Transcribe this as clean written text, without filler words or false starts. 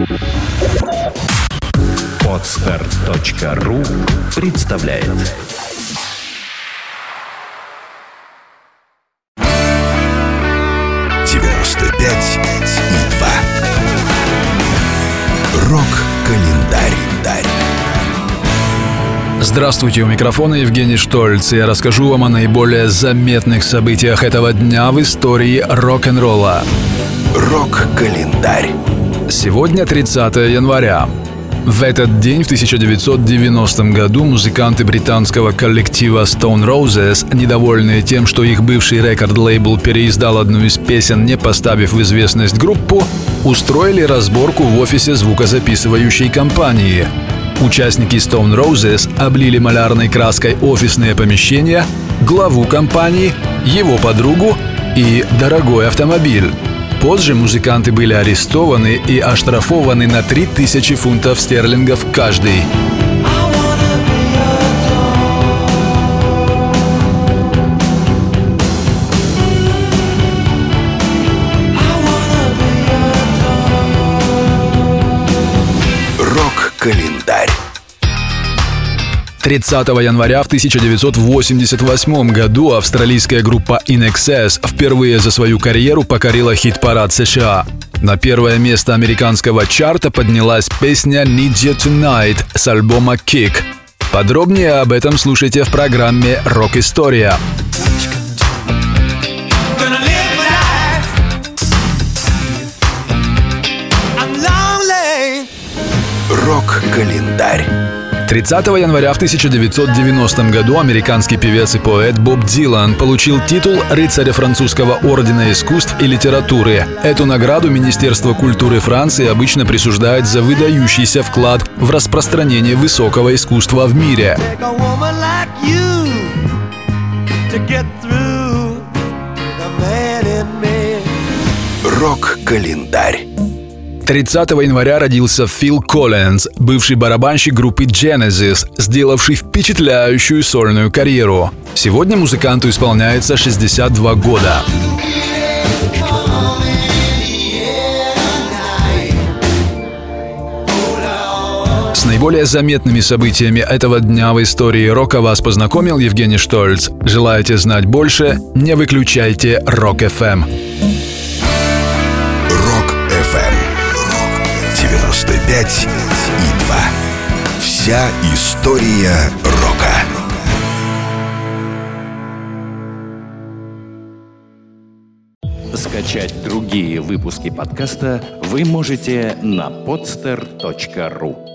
Podster.ru представляет. Рок-календарь. Здравствуйте, у микрофона Евгений Штольц, и я расскажу вам о наиболее заметных событиях этого дня в истории рок-н-ролла. Рок-календарь. Сегодня 30 января. В этот день, в 1990 году, музыканты британского коллектива Stone Roses, недовольные тем, что их бывший рекорд-лейбл переиздал одну из песен, не поставив в известность группу, устроили разборку в офисе звукозаписывающей компании. Участники Stone Roses облили малярной краской офисные помещения, главу компании, его подругу и дорогой автомобиль. Позже музыканты были арестованы и оштрафованы на 3000 фунтов стерлингов каждый. Рок-календарь. 30 января в 1988 году австралийская группа In Excess впервые за свою карьеру покорила хит-парад США. На первое место американского чарта поднялась песня Need You Tonight с альбома Kick. Подробнее об этом слушайте в программе «Рок-история». Рок-календарь. 30 января в 1990 году американский певец и поэт Боб Дилан получил титул рыцаря французского ордена искусств и литературы. Эту награду Министерство культуры Франции обычно присуждает за выдающийся вклад в распространение высокого искусства в мире. Рок-календарь. 30 января родился Фил Коллинз, бывший барабанщик группы Genesis, сделавший впечатляющую сольную карьеру. Сегодня музыканту исполняется 62 года. С наиболее заметными событиями этого дня в истории рока вас познакомил Евгений Штольц. Желаете знать больше? Не выключайте Рок-ФМ. Рок-ФМ. 95,2. Вся история рока. Скачать другие выпуски подкаста вы можете на podster.ru.